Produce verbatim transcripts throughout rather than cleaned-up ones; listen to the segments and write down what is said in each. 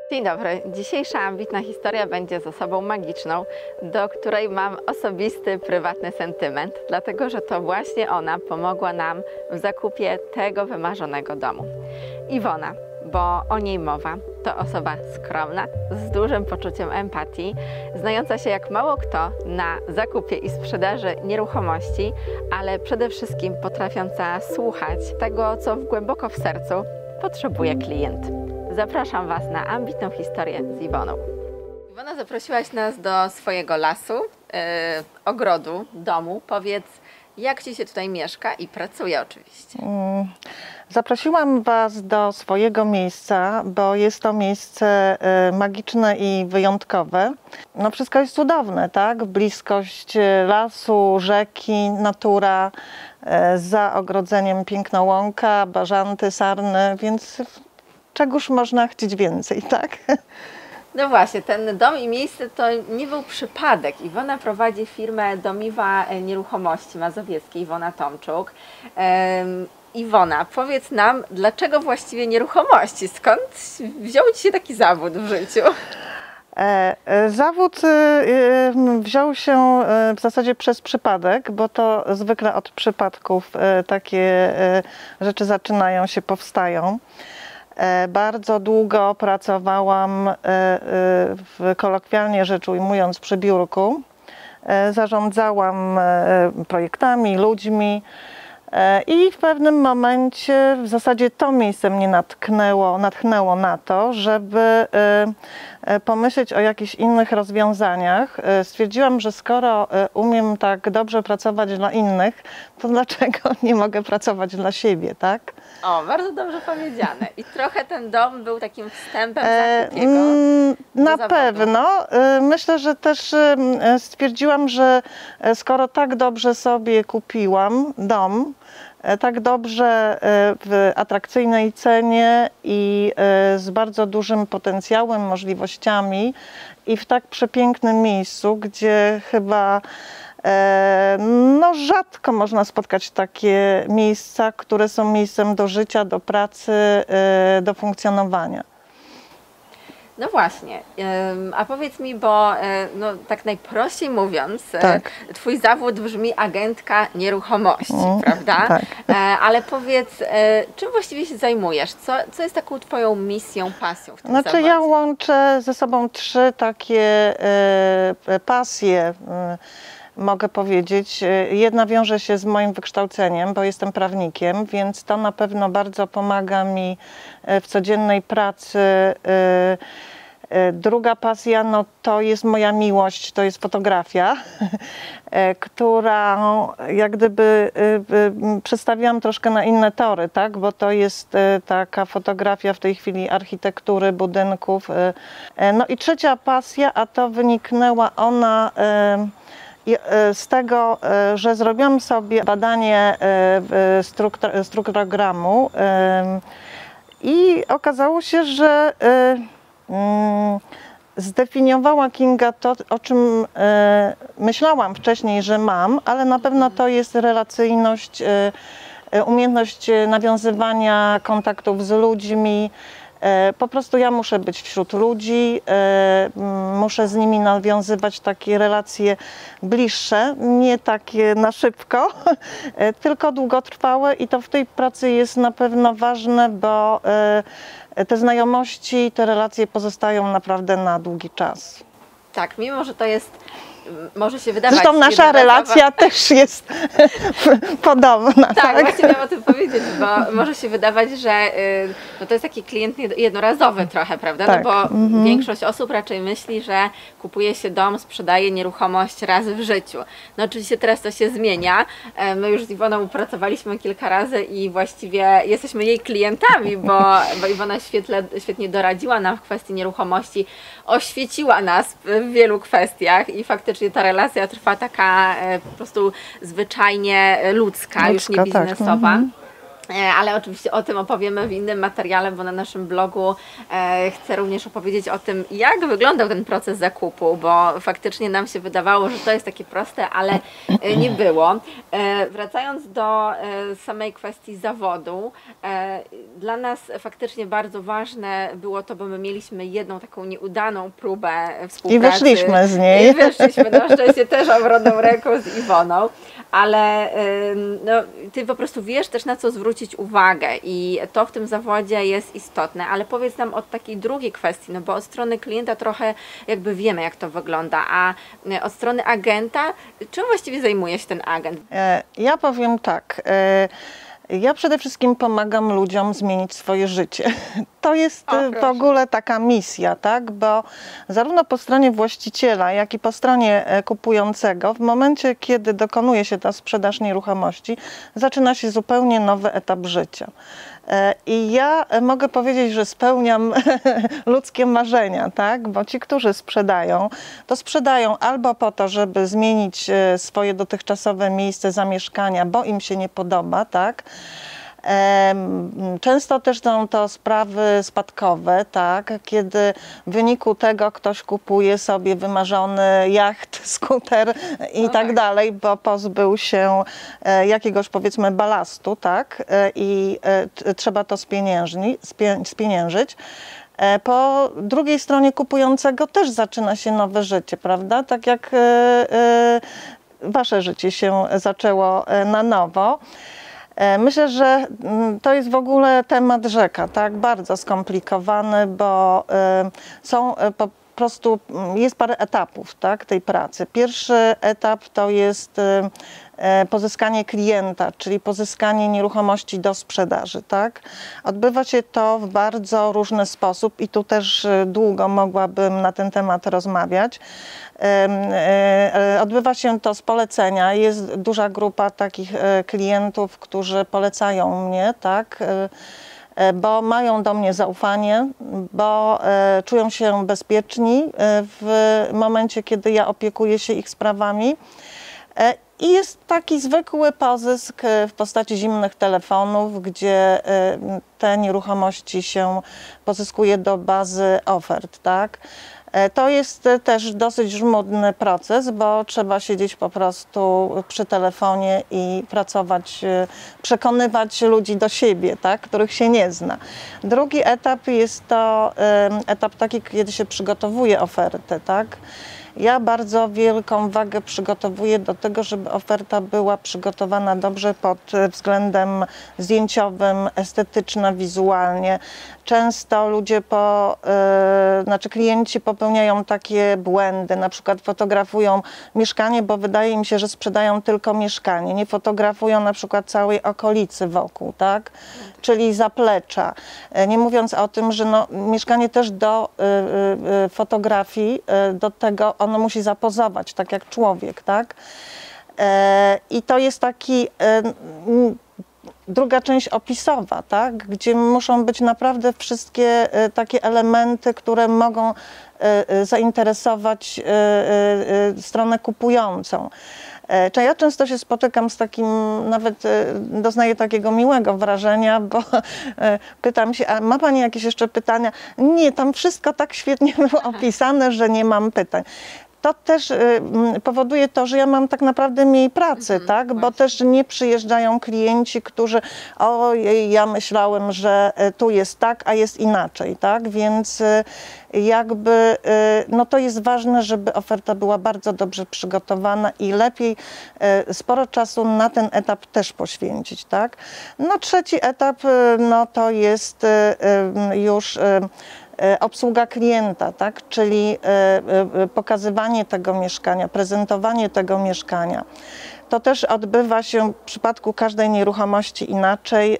Dzień dobry. Dzisiejsza ambitna historia będzie z osobą magiczną, do której mam osobisty, prywatny sentyment, dlatego że to właśnie ona pomogła nam w zakupie tego wymarzonego domu. Iwona, bo o niej mowa, to osoba skromna, z dużym poczuciem empatii, znająca się jak mało kto na zakupie i sprzedaży nieruchomości, ale przede wszystkim potrafiąca słuchać tego, co głęboko w sercu potrzebuje klient. Zapraszam Was na ambitną historię z Iwoną. Iwona, zaprosiłaś nas do swojego lasu, yy, ogrodu, domu. Powiedz, jak Ci się tutaj mieszka i pracuje oczywiście. Zaprosiłam Was do swojego miejsca, bo jest to miejsce magiczne i wyjątkowe. No wszystko jest cudowne, tak? Bliskość lasu, rzeki, natura, za ogrodzeniem piękna łąka, bażanty, sarny, więc czegoż można chcieć więcej, tak? No właśnie, ten dom i miejsce to nie był przypadek. Iwona prowadzi firmę Domiwa Nieruchomości Mazowieckiej, Iwona Tomczuk. Um, Iwona, powiedz nam, dlaczego właściwie nieruchomości? Skąd wziął Ci się taki zawód w życiu? Zawód wziął się w zasadzie przez przypadek, bo to zwykle od przypadków takie rzeczy zaczynają się, powstają. Bardzo długo pracowałam, w, kolokwialnie rzecz ujmując, przy biurku. Zarządzałam projektami, ludźmi i w pewnym momencie w zasadzie to miejsce mnie natknęło, natchnęło na to, żeby pomyśleć o jakichś innych rozwiązaniach. Stwierdziłam, że skoro umiem tak dobrze pracować dla innych, to dlaczego nie mogę pracować dla siebie, tak? O, bardzo dobrze powiedziane. I trochę ten dom był takim wstępem e, takiego Na pewno. Myślę, że też stwierdziłam, że skoro tak dobrze sobie kupiłam dom, tak dobrze w atrakcyjnej cenie i z bardzo dużym potencjałem, możliwościami i w tak przepięknym miejscu, gdzie chyba no rzadko można spotkać takie miejsca, które są miejscem do życia, do pracy, do funkcjonowania. No właśnie, a powiedz mi, bo no, tak najprościej mówiąc, tak. Twój zawód brzmi agentka nieruchomości, mm, prawda? Tak. Ale powiedz, czym właściwie się zajmujesz? Co, co jest taką Twoją misją, pasją w tym Znaczy zawodzie? Ja łączę ze sobą trzy takie pasje, mogę powiedzieć. Jedna wiąże się z moim wykształceniem, bo jestem prawnikiem, więc to na pewno bardzo pomaga mi w codziennej pracy. Druga pasja, no to jest moja miłość, to jest fotografia, która jak gdyby przedstawiłam troszkę na inne tory, tak? Bo to jest taka fotografia w tej chwili architektury, budynków. No i trzecia pasja, a to wyniknęła ona z tego, że zrobiłam sobie badanie struktogramu i okazało się, że zdefiniowała Kinga to, o czym myślałam wcześniej, że mam, ale na pewno to jest relacyjność, umiejętność nawiązywania kontaktów z ludźmi. Po prostu ja muszę być wśród ludzi, muszę z nimi nawiązywać takie relacje bliższe, nie takie na szybko, tylko długotrwałe i to w tej pracy jest na pewno ważne, bo te znajomości, te relacje pozostają naprawdę na długi czas. Tak, mimo że to jest, może się wydawać... Zresztą nasza relacja też jest podobna. Tak, tak, właśnie miałam o tym powiedzieć, bo może się wydawać, że no to jest taki klient jednorazowy trochę, prawda? Tak. No bo mhm. większość osób raczej myśli, że kupuje się dom, sprzedaje nieruchomość raz w życiu. No oczywiście teraz to się zmienia. My już z Iwoną pracowaliśmy kilka razy i właściwie jesteśmy jej klientami, bo, bo Iwona świetle, świetnie doradziła nam w kwestii nieruchomości, oświeciła nas w wielu kwestiach i faktycznie ta relacja trwa taka po prostu zwyczajnie ludzka, ludzka już nie biznesowa. Tak. Mhm. Ale oczywiście o tym opowiemy w innym materiale, bo na naszym blogu e, chcę również opowiedzieć o tym, jak wyglądał ten proces zakupu, bo faktycznie nam się wydawało, że to jest takie proste, ale e, nie było. E, wracając do e, samej kwestii zawodu, e, dla nas faktycznie bardzo ważne było to, bo my mieliśmy jedną taką nieudaną próbę współpracy. I wyszliśmy z niej. I wyszliśmy, na szczęście też obronną ręką z Iwoną, ale e, no, ty po prostu wiesz też, na co zwrócić uwagę i to w tym zawodzie jest istotne, ale powiedz nam od takiej drugiej kwestii, no bo od strony klienta trochę jakby wiemy, jak to wygląda, a od strony agenta, czym właściwie zajmuje się ten agent? Ja powiem tak, ja przede wszystkim pomagam ludziom zmienić swoje życie. To jest o, w ogóle taka misja, tak? Bo zarówno po stronie właściciela, jak i po stronie kupującego, w momencie, kiedy dokonuje się ta sprzedaż nieruchomości, zaczyna się zupełnie nowy etap życia. I ja mogę powiedzieć, że spełniam ludzkie marzenia, tak? Bo ci, którzy sprzedają, to sprzedają albo po to, żeby zmienić swoje dotychczasowe miejsce zamieszkania, bo im się nie podoba, tak? Często też są to sprawy spadkowe, tak? Kiedy w wyniku tego ktoś kupuje sobie wymarzony jacht, skuter i no tak, tak dalej, bo pozbył się jakiegoś, powiedzmy, balastu, tak? I trzeba to spieniężyć. Po drugiej stronie kupującego też zaczyna się nowe życie, prawda? Tak jak wasze życie się zaczęło na nowo. Myślę, że to jest w ogóle temat rzeka, tak? Bardzo skomplikowany, bo są po prostu, jest parę etapów, tak, tej pracy. Pierwszy etap to jest pozyskanie klienta, czyli pozyskanie nieruchomości do sprzedaży, tak? Odbywa się to w bardzo różny sposób i tu też długo mogłabym na ten temat rozmawiać. Odbywa się to z polecenia. Jest duża grupa takich klientów, którzy polecają mnie, tak? Bo mają do mnie zaufanie, bo czują się bezpieczni w momencie, kiedy ja opiekuję się ich sprawami. I jest taki zwykły pozysk w postaci zimnych telefonów, gdzie te nieruchomości się pozyskuje do bazy ofert, tak? To jest też dosyć żmudny proces, bo trzeba siedzieć po prostu przy telefonie i pracować, przekonywać ludzi do siebie, tak, których się nie zna. Drugi etap jest to etap taki, kiedy się przygotowuje ofertę, tak. Ja bardzo wielką wagę przygotowuję do tego, żeby oferta była przygotowana dobrze pod względem zdjęciowym, estetyczna, wizualnie. Często ludzie, po, yy, znaczy klienci popełniają takie błędy, na przykład fotografują mieszkanie, bo wydaje im się, że sprzedają tylko mieszkanie. Nie fotografują na przykład całej okolicy wokół, tak? Czyli zaplecza. Nie mówiąc o tym, że no, mieszkanie też do yy, yy, fotografii, yy, do tego ono musi zapozować, tak jak człowiek, tak? Yy, I to jest taki yy, druga część opisowa, tak? Gdzie muszą być naprawdę wszystkie y, takie elementy, które mogą y, y, zainteresować y, y, stronę kupującą. Y, ja często się spotykam z takim, nawet y, doznaję takiego miłego wrażenia, bo y, pytam się, a ma pani jakieś jeszcze pytania? Nie, tam wszystko tak świetnie było opisane, że nie mam pytań. To też y, powoduje to, że ja mam tak naprawdę mniej pracy, mhm, tak? Bo też nie przyjeżdżają klienci, którzy ojej, ja myślałem, że tu jest tak, a jest inaczej, tak? Więc y, jakby y, no to jest ważne, żeby oferta była bardzo dobrze przygotowana i lepiej y, sporo czasu na ten etap też poświęcić, tak? No trzeci etap y, no to jest y, y, już y, obsługa klienta, tak? Czyli pokazywanie tego mieszkania, prezentowanie tego mieszkania. To też odbywa się w przypadku każdej nieruchomości inaczej,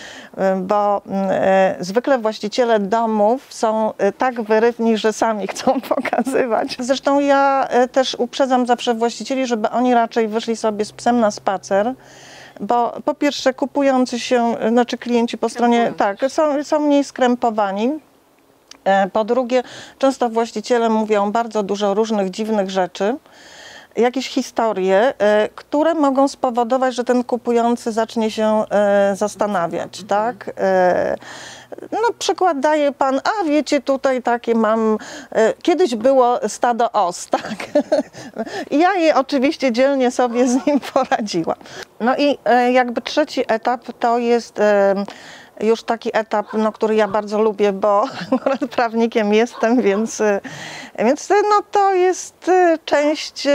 bo zwykle właściciele domów są tak wyrywni, że sami chcą pokazywać. Zresztą ja też uprzedzam zawsze właścicieli, żeby oni raczej wyszli sobie z psem na spacer, bo po pierwsze kupujący się, znaczy klienci po stronie, tak, są, są mniej skrępowani. Po drugie, często właściciele mówią bardzo dużo różnych dziwnych rzeczy jakieś historie, e, które mogą spowodować, że ten kupujący zacznie się e, zastanawiać, tak? E, no przykład daje pan, a wiecie, tutaj takie mam, e, kiedyś było stado os, tak? I ja je oczywiście dzielnie sobie z nim poradziłam. No i e, jakby trzeci etap to jest e, już taki etap, no, który ja bardzo lubię, bo akurat prawnikiem jestem, więc, więc no, to jest część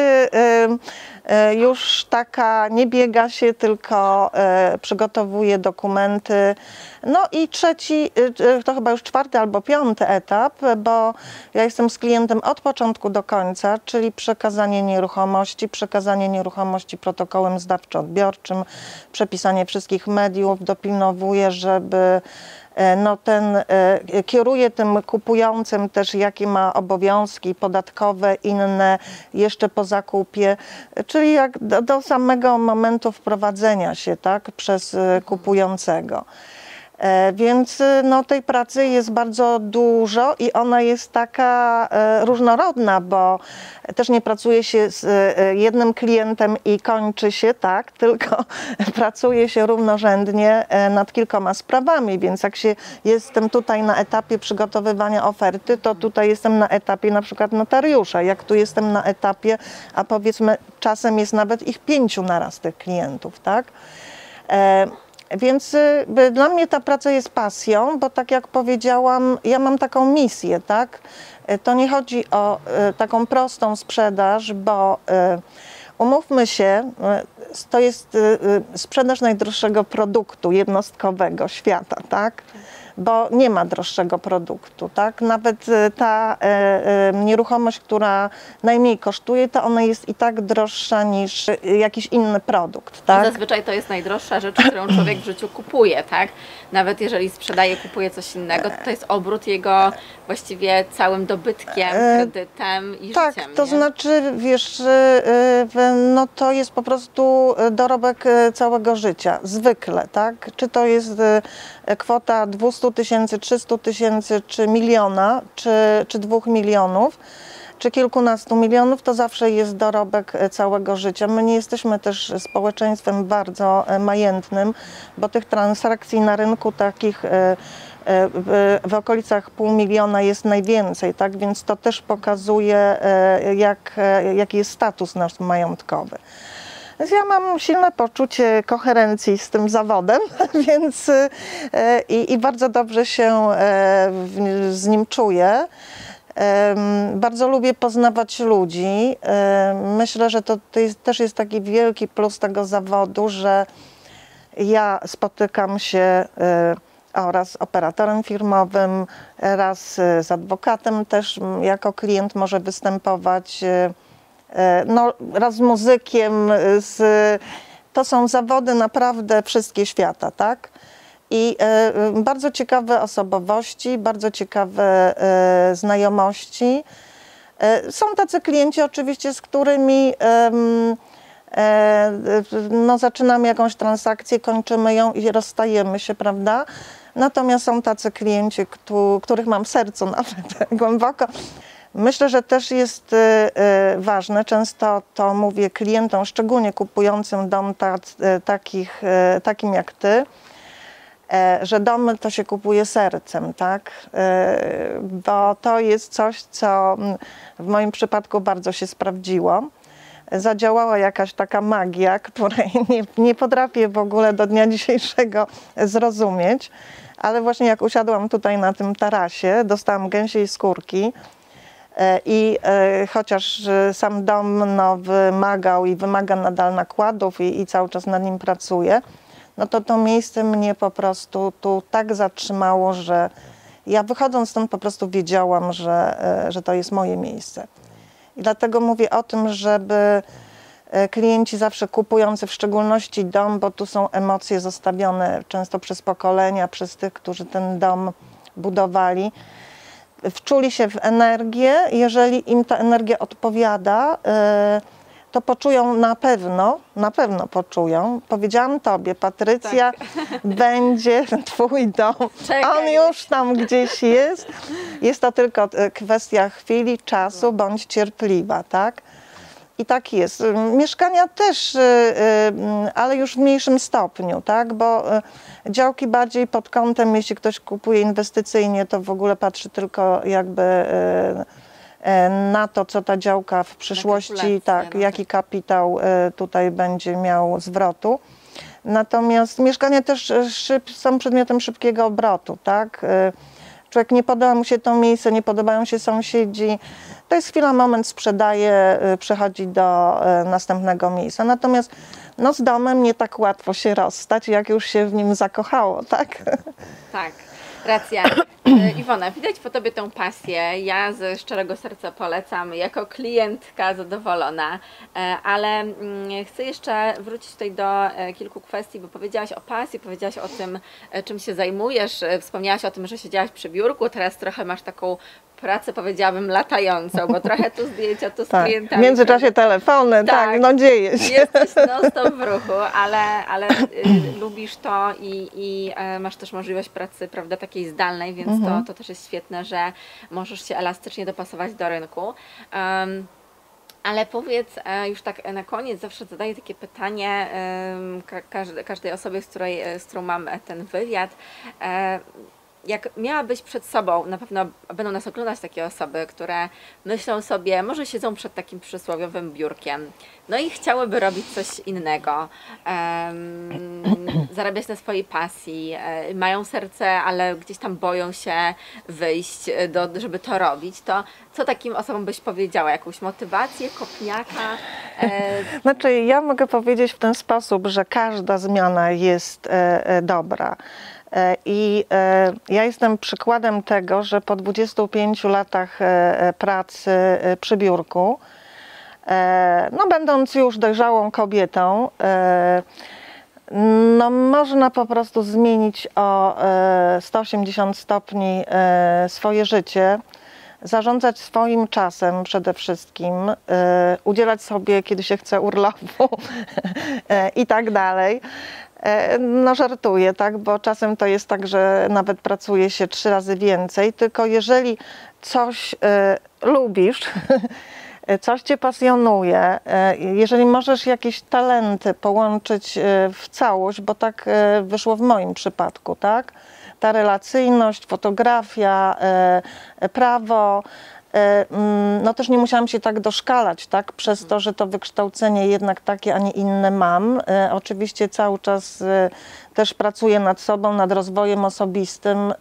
już taka, nie biega się, tylko przygotowuje dokumenty. No i trzeci, to chyba już czwarty albo piąty etap, bo ja jestem z klientem od początku do końca, czyli przekazanie nieruchomości, przekazanie nieruchomości protokołem zdawczo-odbiorczym, przepisanie wszystkich mediów, dopilnowuję, żeby no ten, kieruje tym kupującym też, jakie ma obowiązki podatkowe, inne jeszcze po zakupie, czyli jak do, do samego momentu wprowadzenia się, tak, przez kupującego. Więc no, tej pracy jest bardzo dużo i ona jest taka e, różnorodna, bo też nie pracuje się z e, jednym klientem i kończy się, tak, tylko pracuje się równorzędnie e, nad kilkoma sprawami, więc jak się jestem tutaj na etapie przygotowywania oferty, to tutaj jestem na etapie na przykład notariusza, jak tu jestem na etapie, a powiedzmy czasem jest nawet ich pięciu naraz tych klientów, tak. E, Więc y, dla mnie ta praca jest pasją, bo tak jak powiedziałam, ja mam taką misję, tak? Y, To nie chodzi o y, taką prostą sprzedaż, bo y, umówmy się, y, to jest y, y, sprzedaż najdroższego produktu jednostkowego świata, tak? Bo nie ma droższego produktu, tak? Nawet y, ta y, y, nieruchomość, która najmniej kosztuje, to ona jest i tak droższa niż y, jakiś inny produkt, tak? Zazwyczaj to jest najdroższa rzecz, którą człowiek w życiu kupuje, tak? Nawet jeżeli sprzedaje, kupuje coś innego, to, to jest obrót jego właściwie całym dobytkiem, kredytem i Tak, życiem. to nie? znaczy, wiesz, y, y, no to jest po prostu dorobek y, całego życia, zwykle, tak? Czy to jest y, kwota dwieście tysięcy, trzysta tysięcy, czy miliona, czy, czy dwóch milionów, czy kilkunastu milionów, to zawsze jest dorobek całego życia. My nie jesteśmy też społeczeństwem bardzo majętnym, bo tych transakcji na rynku takich w, w okolicach pół miliona jest najwięcej, tak? Więc to też pokazuje, jak, jaki jest status nasz majątkowy. Więc ja mam silne poczucie koherencji z tym zawodem, więc i, i bardzo dobrze się w, z nim czuję. Bardzo lubię poznawać ludzi. Myślę, że to, to jest, też jest taki wielki plus tego zawodu, że ja spotykam się raz z operatorem firmowym, raz z adwokatem też jako klient może występować, no, raz z muzykiem. Z, to są zawody naprawdę wszystkie świata, tak? I y, bardzo ciekawe osobowości, bardzo ciekawe y, znajomości. Y, są tacy klienci oczywiście, z którymi y, y, no, zaczynamy jakąś transakcję, kończymy ją i rozstajemy się, prawda? Natomiast są tacy klienci, któ których mam w sercu nawet głęboko. Myślę, że też jest y, y, ważne, często to mówię klientom, szczególnie kupującym dom ta, y, takich, y, takim jak ty, że domy to się kupuje sercem, tak? Bo to jest coś, co w moim przypadku bardzo się sprawdziło. Zadziałała jakaś taka magia, której nie, nie potrafię w ogóle do dnia dzisiejszego zrozumieć, ale właśnie jak usiadłam tutaj na tym tarasie, dostałam gęsiej skórki i chociaż sam dom no, wymagał i wymaga nadal nakładów i, i cały czas nad nim pracuję, no to to miejsce mnie po prostu tu tak zatrzymało, że ja wychodząc stąd po prostu wiedziałam, że, że to jest moje miejsce. I dlatego mówię o tym, żeby klienci zawsze kupujący w szczególności dom, bo tu są emocje zostawione często przez pokolenia, przez tych, którzy ten dom budowali, wczuli się w energię. Jeżeli im ta energia odpowiada, to poczują na pewno, na pewno poczują. Powiedziałam tobie, Patrycja, tak. Będzie twój dom. Czekaj. On już tam gdzieś jest. Jest to tylko kwestia chwili, czasu, bądź cierpliwa, tak? I tak jest. Mieszkania też, ale już w mniejszym stopniu, tak? Bo działki bardziej pod kątem, jeśli ktoś kupuje inwestycyjnie, to w ogóle patrzy tylko jakby na to, co ta działka w przyszłości, tak, no jaki kapitał tutaj będzie miał zwrotu. Natomiast mieszkania też szyb, są przedmiotem szybkiego obrotu, tak? Człowiek nie podoba mu się to miejsce, nie podobają się sąsiedzi. To jest chwila, moment, sprzedaje, przechodzi do następnego miejsca. Natomiast no, z domem nie tak łatwo się rozstać, jak już się w nim zakochało, tak? Tak, racja. Iwona, widać po Tobie tę pasję. Ja ze szczerego serca polecam, jako klientka zadowolona, ale chcę jeszcze wrócić tutaj do kilku kwestii, bo powiedziałaś o pasji, powiedziałaś o tym, czym się zajmujesz, wspomniałaś o tym, że siedziałaś przy biurku, teraz trochę masz taką pracę, powiedziałabym, latającą, bo trochę tu zdjęcia, tu z tak. klientami. W międzyczasie telefony, tak, tak, no dzieje się. Jesteś non-stop w ruchu, ale, ale y, lubisz to i, i y, masz też możliwość pracy, prawda, takiej zdalnej, więc Mhm. to, to też jest świetne, że możesz się elastycznie dopasować do rynku. Um, ale powiedz, już tak na koniec, zawsze zadaję takie pytanie każdej, każdej osobie, z, której, z którą mam ten wywiad. Jak miałabyś przed sobą, na pewno będą nas oglądać takie osoby, które myślą sobie, może siedzą przed takim przysłowiowym biurkiem, no i chciałyby robić coś innego, um, zarabiać na swojej pasji, um, mają serce, ale gdzieś tam boją się wyjść, do, żeby to robić, to co takim osobom byś powiedziała? Jakąś motywację, kopniaka? E... Znaczy, ja mogę powiedzieć w ten sposób, że każda zmiana jest e, e, dobra. I ja jestem przykładem tego, że po dwudziestu pięciu latach pracy przy biurku, no będąc już dojrzałą kobietą, no można po prostu zmienić o sto osiemdziesiąt stopni swoje życie, zarządzać swoim czasem przede wszystkim, udzielać sobie, kiedy się chce, urlopu i tak dalej. No żartuję, tak, bo czasem to jest tak, że nawet pracuje się trzy razy więcej, tylko jeżeli coś y, lubisz, coś Cię pasjonuje, jeżeli możesz jakieś talenty połączyć w całość, bo tak wyszło w moim przypadku, tak, ta relacyjność, fotografia, prawo, no też nie musiałam się tak doszkalać, tak, przez to, że to wykształcenie jednak takie, a nie inne mam. Oczywiście cały czas też pracuję nad sobą, nad rozwojem osobistym,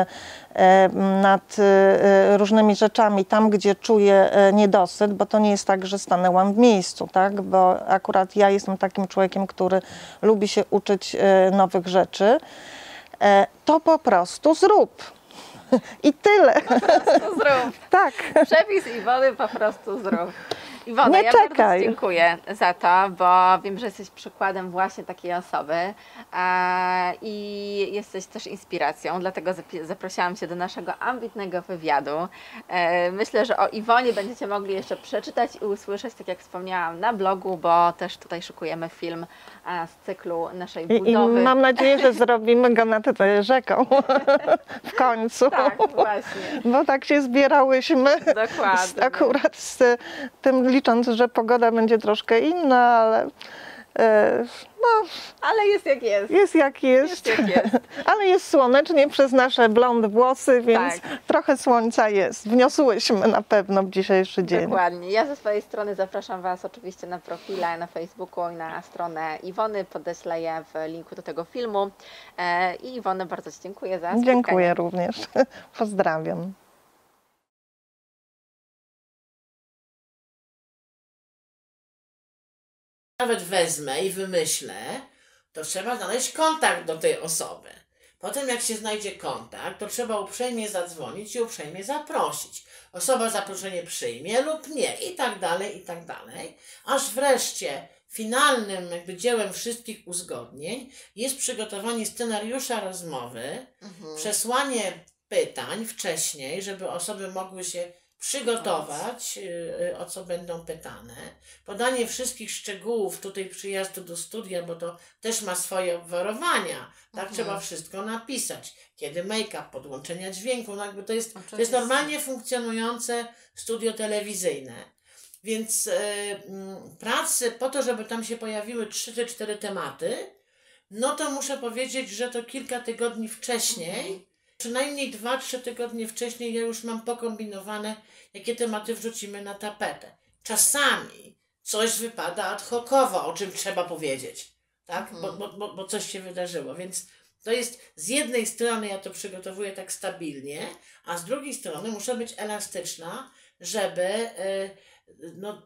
nad różnymi rzeczami, tam gdzie czuję niedosyt, bo to nie jest tak, że stanęłam w miejscu, tak, bo akurat ja jestem takim człowiekiem, który lubi się uczyć nowych rzeczy, to po prostu zrób. I tyle. Po prostu zrób. Tak. Przepis Iwony, po prostu zrób. Iwona, nie ja czekaj. bardzo dziękuję za to, bo wiem, że jesteś przykładem właśnie takiej osoby e, i jesteś też inspiracją, dlatego zaprosiłam Cię do naszego ambitnego wywiadu. E, myślę, że o Iwonie będziecie mogli jeszcze przeczytać i usłyszeć, tak jak wspomniałam, na blogu, bo też tutaj szykujemy film a, z cyklu naszej budowy. I, i mam nadzieję, że zrobimy go nad rzeką w końcu. Tak, właśnie. Bo tak się zbierałyśmy. Dokładnie. Z, akurat z tym, licząc, że pogoda będzie troszkę inna, ale no, ale jest jak jest. Jest jak jest. Jest jak jest. Ale jest słonecznie przez nasze blond włosy, więc tak. trochę słońca jest. Wniosłyśmy na pewno w dzisiejszy dzień. Dokładnie. Ja ze swojej strony zapraszam Was oczywiście na profile na Facebooku i na stronę Iwony. Podeślę je w linku do tego filmu. I Iwony, bardzo Ci dziękuję za spotkanie. Dziękuję również. Pozdrawiam. Nawet wezmę i wymyślę, to trzeba znaleźć kontakt do tej osoby. Potem jak się znajdzie kontakt, to trzeba uprzejmie zadzwonić i uprzejmie zaprosić. Osoba zaproszenie przyjmie lub nie i tak dalej, i tak dalej. Aż wreszcie finalnym jakby dziełem wszystkich uzgodnień jest przygotowanie scenariusza rozmowy, mhm. przesłanie pytań wcześniej, żeby osoby mogły się przygotować, o co będą pytane, podanie wszystkich szczegółów tutaj przyjazdu do studia, bo to też ma swoje obwarowania, tak, mhm. trzeba wszystko napisać, kiedy make-up, podłączenia dźwięku, no jakby to jest, to jest normalnie funkcjonujące studio telewizyjne. Więc e, m, pracy po to, żeby tam się pojawiły trzy czy cztery tematy, no to muszę powiedzieć, że to kilka tygodni wcześniej, Mhm. przynajmniej dwa, trzy tygodnie wcześniej ja już mam pokombinowane, jakie tematy wrzucimy na tapetę. Czasami coś wypada ad hocowo, o czym trzeba powiedzieć, tak? Mhm. Bo, bo, bo, bo coś się wydarzyło, więc to jest z jednej strony ja to przygotowuję tak stabilnie, a z drugiej strony muszę być elastyczna, żeby y, no,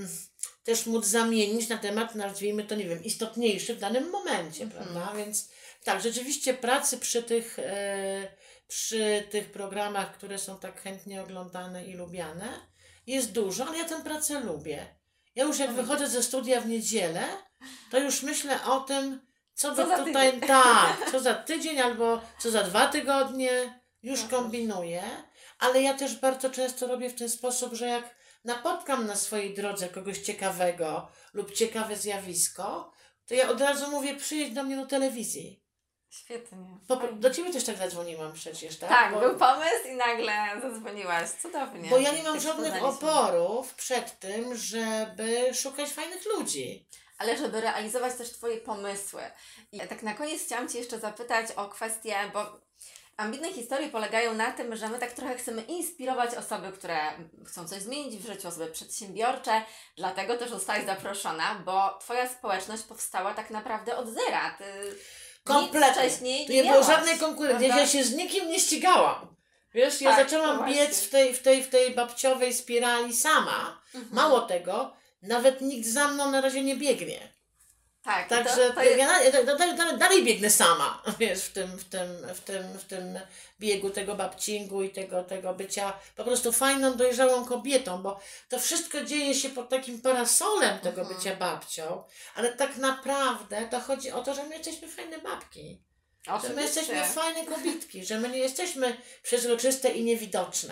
y, też móc zamienić na temat, nazwijmy to, nie wiem, istotniejszy w danym momencie, Mhm. prawda? Więc tak, rzeczywiście pracy przy tych, e, przy tych programach, które są tak chętnie oglądane i lubiane, jest dużo, ale ja tę pracę lubię. Ja już jak No wychodzę ze studia w niedzielę, to już myślę o tym, co by Co za tutaj, tydzień. tak, co za tydzień albo co za dwa tygodnie, już No. kombinuję, ale ja też bardzo często robię w ten sposób, że jak napotkam na swojej drodze kogoś ciekawego lub ciekawe zjawisko, to ja od razu mówię, przyjedź do mnie do telewizji. Świetnie. Po, Fajnie. do ciebie też tak zadzwoniłam przecież, tak? Tak, bo, był pomysł i nagle zadzwoniłaś. Cudownie. bo ja nie mam Tak się żadnych poznaliśmy. oporów przed tym, żeby szukać fajnych ludzi. Ale żeby realizować też Twoje pomysły. I tak na koniec chciałam Cię jeszcze zapytać o kwestię, bo ambitne historie polegają na tym, że my tak trochę chcemy inspirować osoby, które chcą coś zmienić w życiu, osoby przedsiębiorcze, dlatego też zostałaś zaproszona, bo Twoja społeczność powstała tak naprawdę od zera. Ty Kompletnie. nic wcześniej Tu nie nie było miałaś, żadnej konkurencji. prawda? Ja się z nikim nie ścigałam. Wiesz, ja Tak, zaczęłam to biec właśnie. w tej, w, tej, w tej babciowej spirali sama. Mhm. Mało tego, nawet nikt za mną na razie nie biegnie. Tak, Także to, to jest... ja dalej, dalej, dalej, dalej biegnę sama, wiesz, w tym, w tym, w tym, w tym biegu tego babcingu i tego, tego bycia po prostu fajną, dojrzałą kobietą, bo to wszystko dzieje się pod takim parasolem tego Mhm. bycia babcią, ale tak naprawdę to chodzi o to, że my jesteśmy fajne babki, że my Oczywiście. jesteśmy fajne kobietki, że my nie jesteśmy przezroczyste i niewidoczne,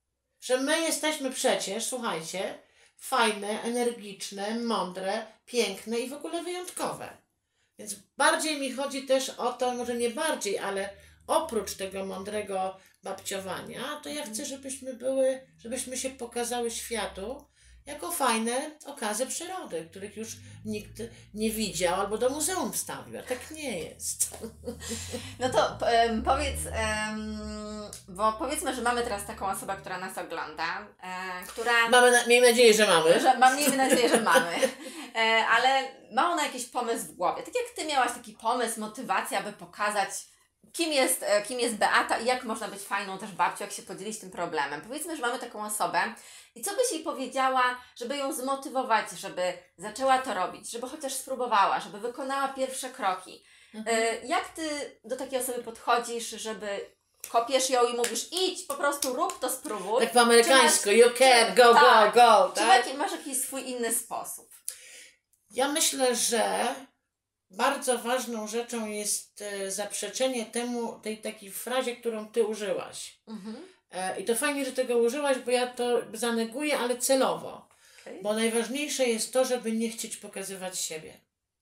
że my jesteśmy przecież, słuchajcie, fajne, energiczne, mądre, piękne i w ogóle wyjątkowe. Więc bardziej mi chodzi też o to, może nie bardziej, ale oprócz tego mądrego babciowania, to ja chcę, żebyśmy były, żebyśmy się pokazały światu jako fajne okazy przyrody, których już nikt nie widział albo do muzeum wstawił, a tak nie jest. No to em, powiedz, em, bo powiedzmy, że mamy teraz taką osobę, która nas ogląda, e, która... Mamy na, miejmy nadzieję, że mamy. Że, mam miejmy nadzieję, że mamy, e, ale ma ona jakiś pomysł w głowie. Tak jak Ty miałaś taki pomysł, motywację, aby pokazać, kim jest, e, kim jest Beata i jak można być fajną też babcią, jak się podzielić tym problemem. Powiedzmy, że mamy taką osobę i co byś jej powiedziała, żeby ją zmotywować, żeby zaczęła to robić, żeby chociaż spróbowała, żeby wykonała pierwsze kroki. E, jak Ty do takiej osoby podchodzisz, żeby kopiesz ją i mówisz idź, po prostu rób to, spróbuj. Tak po amerykańsku, Czy masz- you can, go, tak. go, go, Czy tak? jaki, masz jakiś swój inny sposób? Ja myślę, że bardzo ważną rzeczą jest e, zaprzeczenie temu, tej takiej frazie, którą Ty użyłaś. Mhm. E, I to fajnie, że tego użyłaś, bo ja to zaneguję, ale celowo. Okay. Bo najważniejsze jest to, żeby nie chcieć pokazywać siebie.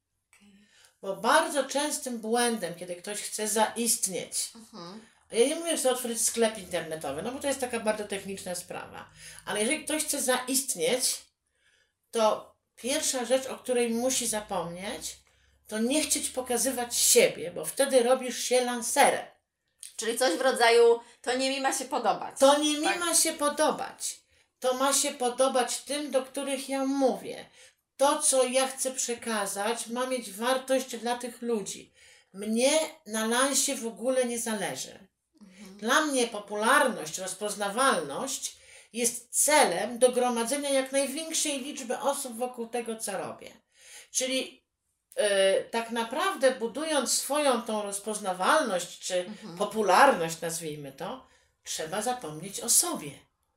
Bo bardzo częstym błędem, kiedy ktoś chce zaistnieć, Mhm. ja nie mówię, że chcę otworzyć sklep internetowy, no bo to jest taka bardzo techniczna sprawa, ale jeżeli ktoś chce zaistnieć, to pierwsza rzecz, o której musi zapomnieć, to nie chcieć pokazywać siebie, bo wtedy robisz się lancerem. Czyli coś w rodzaju, to nie mi ma się podobać. To nie mi Tak. ma się podobać. To ma się podobać tym, do których ja mówię. To, co ja chcę przekazać, ma mieć wartość dla tych ludzi. Mnie na lansie w ogóle nie zależy. Mhm. Dla mnie popularność, rozpoznawalność jest celem do gromadzenia jak największej liczby osób wokół tego, co robię. Czyli yy, tak naprawdę budując swoją tą rozpoznawalność, czy Mhm. popularność, nazwijmy to, trzeba zapomnieć o sobie.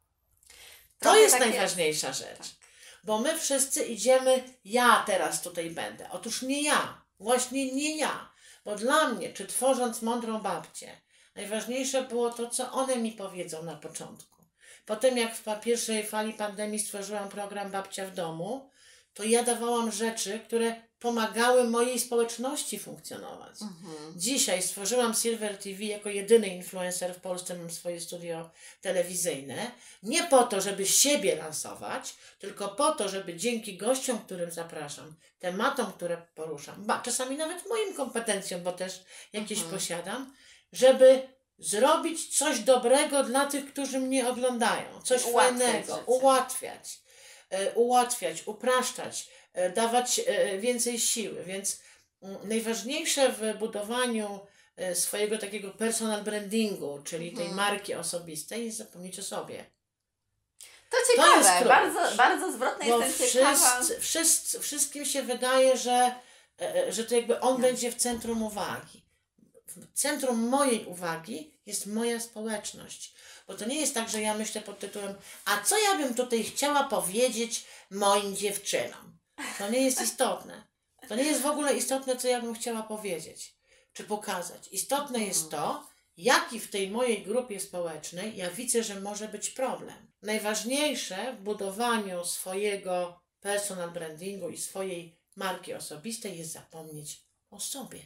To Trochę jest takie- najważniejsza rzecz. Tak. Bo my wszyscy idziemy, ja teraz tutaj będę. Otóż nie ja, właśnie nie ja. Bo dla mnie, czy tworząc mądrą babcię, najważniejsze było to, co one mi powiedzą na początku. Potem jak w pierwszej fali pandemii stworzyłam program Babcia w domu, to ja dawałam rzeczy, które pomagały mojej społeczności funkcjonować. Mhm. Dzisiaj stworzyłam Silver T V jako jedyny influencer w Polsce, mam swoje studio telewizyjne. Nie po to, żeby siebie lansować, tylko po to, żeby dzięki gościom, którym zapraszam, tematom, które poruszam, ba, czasami nawet moim kompetencjom, bo też jakieś Mhm. posiadam, żeby zrobić coś dobrego dla tych, którzy mnie oglądają. Coś Ułatwiać fajnego, życie. ułatwiać, e, ułatwiać, upraszczać, e, dawać e, więcej siły. Więc mm, najważniejsze w budowaniu e, swojego takiego personal brandingu, czyli tej Mhm. marki osobistej, jest zapomnieć o sobie. To jest ciekawe, klucz. bardzo, bardzo zwrotne, Bo jestem ciekawa. wszyscy, wszyscy, wszystkim się wydaje, że, e, że to jakby on Nie. będzie w centrum uwagi. W centrum mojej uwagi jest moja społeczność. Bo to nie jest tak, że ja myślę pod tytułem, a co ja bym tutaj chciała powiedzieć moim dziewczynom? To nie jest istotne. To nie jest w ogóle istotne, co ja bym chciała powiedzieć, czy pokazać. Istotne jest to, jaki w tej mojej grupie społecznej ja widzę, że może być problem. Najważniejsze w budowaniu swojego personal brandingu i swojej marki osobistej jest zapomnieć o sobie.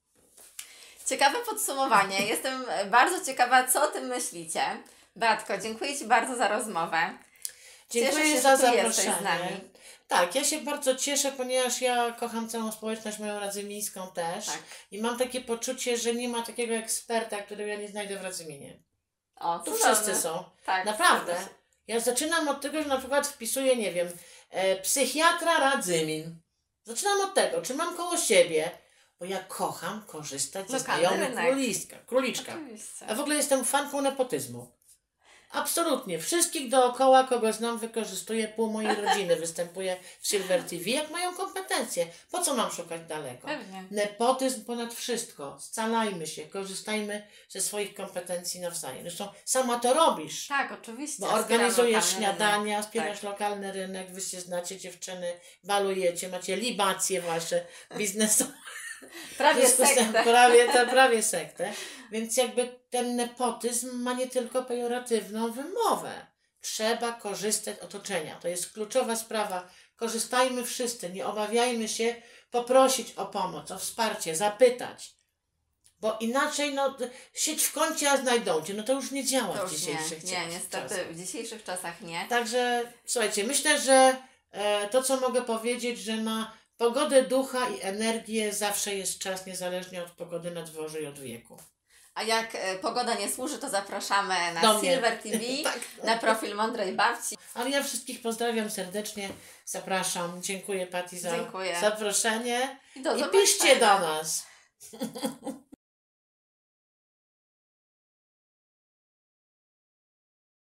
Ciekawe podsumowanie. Jestem bardzo ciekawa, co o tym myślicie. Beatko, dziękuję Ci bardzo za rozmowę. Dziękuję Cieszę się, za że tu jesteś zaproszenie. z nami. Tak, ja się bardzo cieszę, ponieważ ja kocham całą społeczność, moją radzymińską też. Tak. I mam takie poczucie, że nie ma takiego eksperta, którego ja nie znajdę w Radzyminie. O, Tu cudowne. wszyscy są. Tak, Naprawdę. zgadza się. Ja zaczynam od tego, że na przykład wpisuję, nie wiem, e, psychiatra Radzymin. Zaczynam od tego, czy mam koło siebie, bo ja kocham korzystać ze Lokalny znajomych rynek. króliska, króliczka. Oczywiście. A w ogóle jestem fanką nepotyzmu. Absolutnie. Wszystkich dookoła, kogo znam, wykorzystuję. Pół mojej rodziny występuje w Silver T V, jak mają kompetencje. Po co mam szukać daleko? Pewnie. Nepotyzm ponad wszystko. Scalajmy się, korzystajmy ze swoich kompetencji nawzajem. Zresztą sama to robisz. Tak, oczywiście. Bo Wspieram organizujesz lokalny śniadania, rynek. wspierasz Tak. lokalny rynek, wy się znacie dziewczyny, balujecie, macie libacje wasze biznesowe. Prawie W związku z tym sektę. Prawie, to, prawie sektę. Więc jakby ten nepotyzm ma nie tylko pejoratywną wymowę. Trzeba korzystać z otoczenia. To jest kluczowa sprawa. Korzystajmy wszyscy, nie obawiajmy się poprosić o pomoc, o wsparcie, zapytać. Bo inaczej no, sieć w kącie, a znajdą cię. No to już nie działa To w już dzisiejszych nie, nie, czasach. niestety w dzisiejszych czasach nie. Także słuchajcie, myślę, że e, to, co mogę powiedzieć, że na pogodę ducha i energię zawsze jest czas, niezależnie od pogody na dworze i od wieku. A jak e, pogoda nie służy, to zapraszamy na Do mnie. Silver T V, Tak. na profil Mądrej Babci. Ale ja wszystkich pozdrawiam serdecznie, zapraszam. Dziękuję Pati za Dziękuję. zaproszenie I do i zobaczenia. piszcie do nas.